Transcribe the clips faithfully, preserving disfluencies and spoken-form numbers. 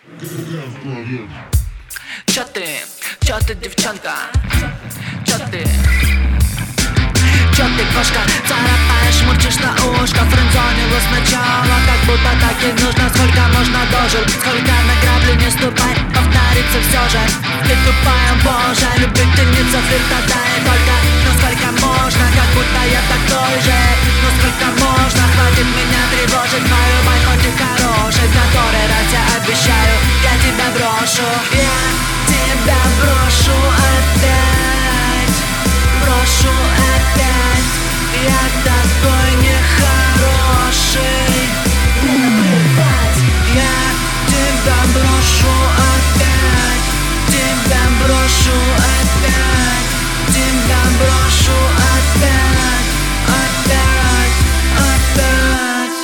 Чё ты, чё ты, девчонка? Чё ты? Чё ты, кошка? Царапаешь, мурчишь на ушко. Френдзонила сначала, как будто так и нужно. Сколько можно дожил, сколько на грабли не ступай. Повторится все же, ты тупая, боже. Любительница флирта, да и только. Но сколько можно, как будто я такой же. Но сколько можно, хватит меня тревожить. Мою мать хоть и хороший, который раз я обещаю, я тебя брошу. Я тебя брошу опять, брошу опять. Я такой нехороший. Я тебя брошу опять, тебя брошу опять, тебя брошу опять, опять, опять.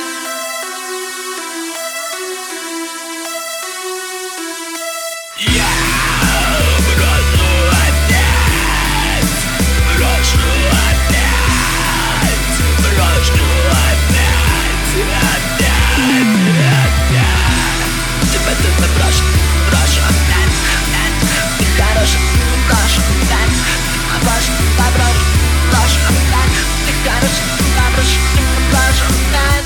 Я брошу опять, брошу опять, брошу опять, опять, опять. Тебя тебя брошу, брошу опять, опять. Ты хороший, брошу опять, брошу, брошу, брошу опять. Ты хороший, брошу, брошу опять.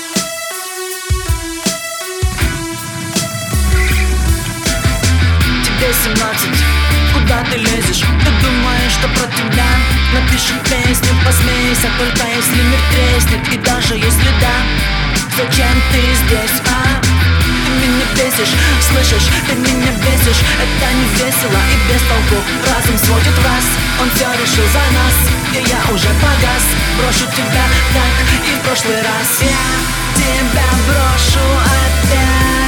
Тебе семнадцать, куда ты лезешь? Ты думаешь, что про тебя напишут песню? Посмейся, только если мир треснет. И даже если да, зачем ты здесь, а? Ты меня бесишь, слышишь, ты меня бесишь. Это не весело и без толку. Разум сводит в раз, он все решил за нас. И я уже погас, брошу тебя так и в прошлый раз. Я тебя брошу опять.